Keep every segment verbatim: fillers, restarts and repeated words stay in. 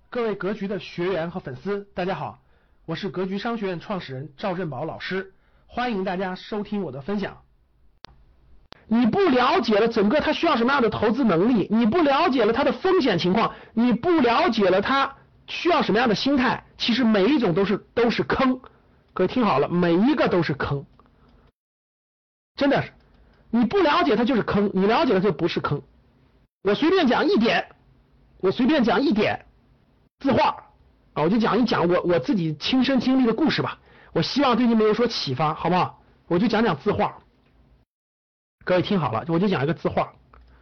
各位格局的学员和粉丝，大家好，我是格局商学院创始人赵振宝老师，欢迎大家收听我的分享。你不了解了整个他需要什么样的投资能力，你不了解了他的风险情况，你不了解了他需要什么样的心态，其实每一种都是都是坑。各位听好了，每一个都是坑，真的是，你不了解它就是坑，你了解了就不是坑。我随便讲一点，我随便讲一点字画啊，我就讲一讲我我自己亲身经历的故事吧，我希望对你们有所启发，好不好？我就讲讲字画。各位听好了，我就讲一个字画。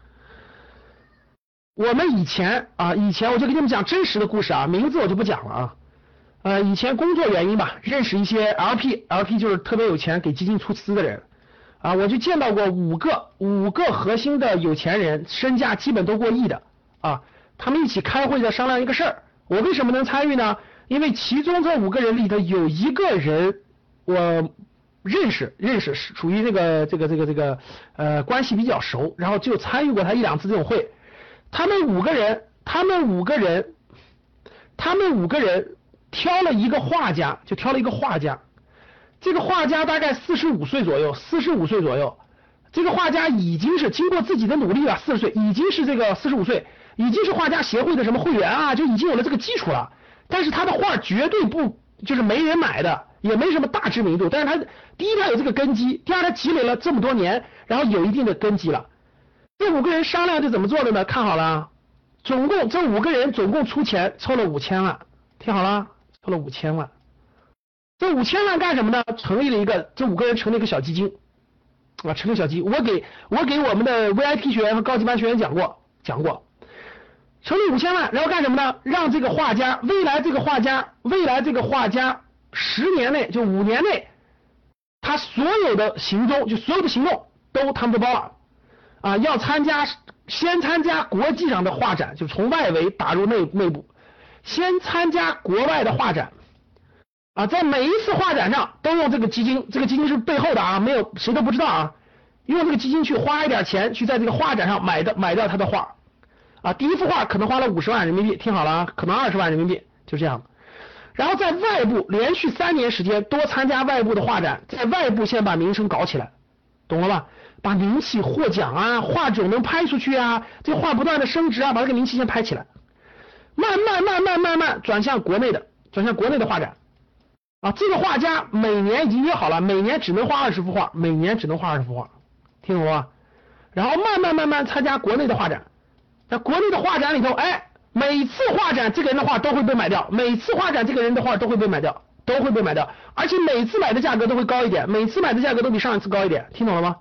我们以前啊，以前我就给你们讲真实的故事啊，名字我就不讲了啊。呃，以前工作原因吧，认识一些 L P，L P 就是特别有钱给基金出资的人啊，我就见到过五个五个核心的有钱人，身价基本都过亿的啊，他们一起开会在商量一个事儿。我为什么能参与呢？因为其中这五个人里头有一个人我认识认识是属于这个这个这个这个呃关系比较熟，然后就参与过他一两次这种会。他们五个人，他们五个人，他们五个人挑了一个画家，就挑了一个画家。这个画家大概四十五岁左右，四十五岁左右。这个画家已经是经过自己的努力了，四十岁已经是这个四十五岁，已经是画家协会的什么会员啊，就已经有了这个基础了。但是他的画绝对不就是没人买的，也没什么大知名度。但是他第一他有这个根基，第二他积累了这么多年，然后有一定的根基了。这五个人商量就怎么做的呢？看好了，总共这五个人总共出钱凑了五千万，听好了，凑了五千万。这五千万干什么呢？成立了一个，这五个人成立一个小基金啊，成立小基金。我给我给我们的 V I P 学员和高级班学员讲过，讲过，成立五千万，然后干什么呢？让这个画家，未来这个画家，未来这个画家十年内，就五年内，他所有的行踪，就所有的行动都他们都包了啊，要参加，先参加国际上的画展，就从外围打入内内部，先参加国外的画展。啊，在每一次画展上都用这个基金，这个基金是背后的啊，没有谁都不知道啊，用这个基金去花一点钱，去在这个画展上买的买掉他的画啊，第一幅画可能花了五十万人民币，听好了啊，可能二十万人民币，就这样。然后在外部连续三年时间多参加外部的画展，在外部先把名声搞起来，懂了吧？把名气获奖啊，画种能拍出去啊，这画不断的升值啊，把这个名气先拍起来，慢慢慢慢慢慢转向国内的，转向国内的画展。啊，这个画家每年已经约好了，每年只能画二十幅画，每年只能画二十幅画，听懂吗？然后慢慢慢慢参加国内的画展，在国内的画展里头，哎，每次画展这个人的画都会被买掉，每次画展这个人的画都会被买掉，都会被买掉，而且每次买的价格都会高一点，每次买的价格都比上一次高一点，听懂了吗？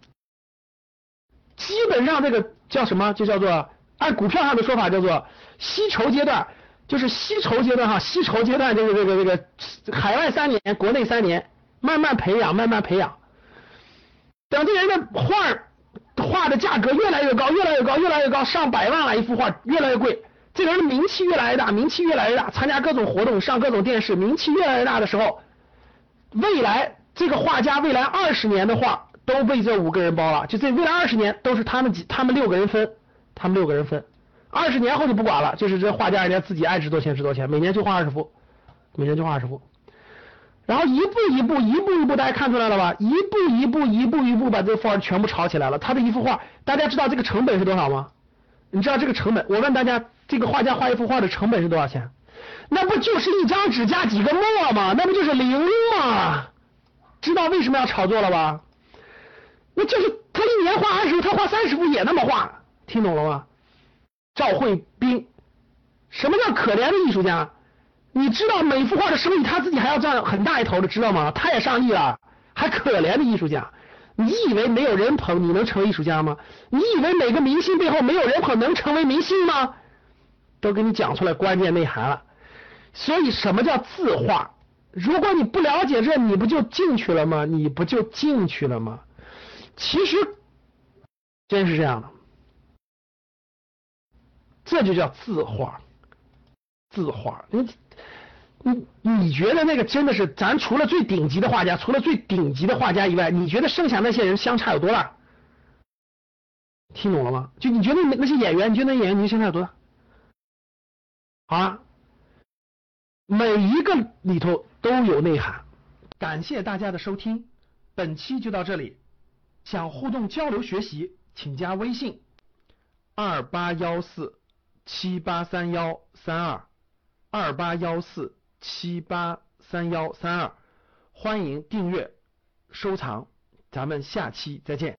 基本上这个叫什么？就叫做按股票上的说法叫做吸筹阶段。就是吸筹阶段哈，吸筹阶段这个这个这个海外三年，国内三年，慢慢培养，慢慢培养。等这人的画画的价格越来越高，越来越高，越来越高，上百万了一幅画，越来越贵。这个人的名气越来越大，名气越来越大，参加各种活动，上各种电视，名气越来越大的时候，未来这个画家未来二十年的画都被这五个人包了，就这未来二十年都是他们几他们六个人分，他们六个人分。二十年后就不管了，就是这画家人家自己爱值多少钱值多少钱，每年就画二十幅，每年就画二十幅，然后一步一步一步一步，大家看出来了吧？一步一步一步一步把这个画全部炒起来了。他的一幅画，大家知道这个成本是多少吗？你知道这个成本？我问大家，这个画家画一幅画的成本是多少钱？那不就是一张纸加几个墨吗？那不就是零吗？知道为什么要炒作了吧？那就是他一年画二十幅，他画三十幅也那么画，听懂了吗？赵慧冰，什么叫可怜的艺术家？你知道每幅画的生意他自己还要赚很大一头的，知道吗？他也上亿了，还可怜的艺术家？你以为没有人捧你能成为艺术家吗？你以为每个明星背后没有人捧能成为明星吗？都给你讲出来关键内涵了。所以什么叫字画？如果你不了解这，你不就进去了吗？你不就进去了吗？其实真是这样的。这就叫字画，字画。你你你觉得那个真的是咱除了最顶级的画家，除了最顶级的画家以外，你觉得剩下那些人相差有多大？听懂了吗？就你觉得那些演员，你觉得那演员你相差有多大？好啊， 每一个里头都有内涵。感谢大家的收听，本期就到这里。想互动交流学习，请加微信二八幺四七八三幺三二二八幺四七八三幺三二，欢迎订阅收藏，咱们下期再见。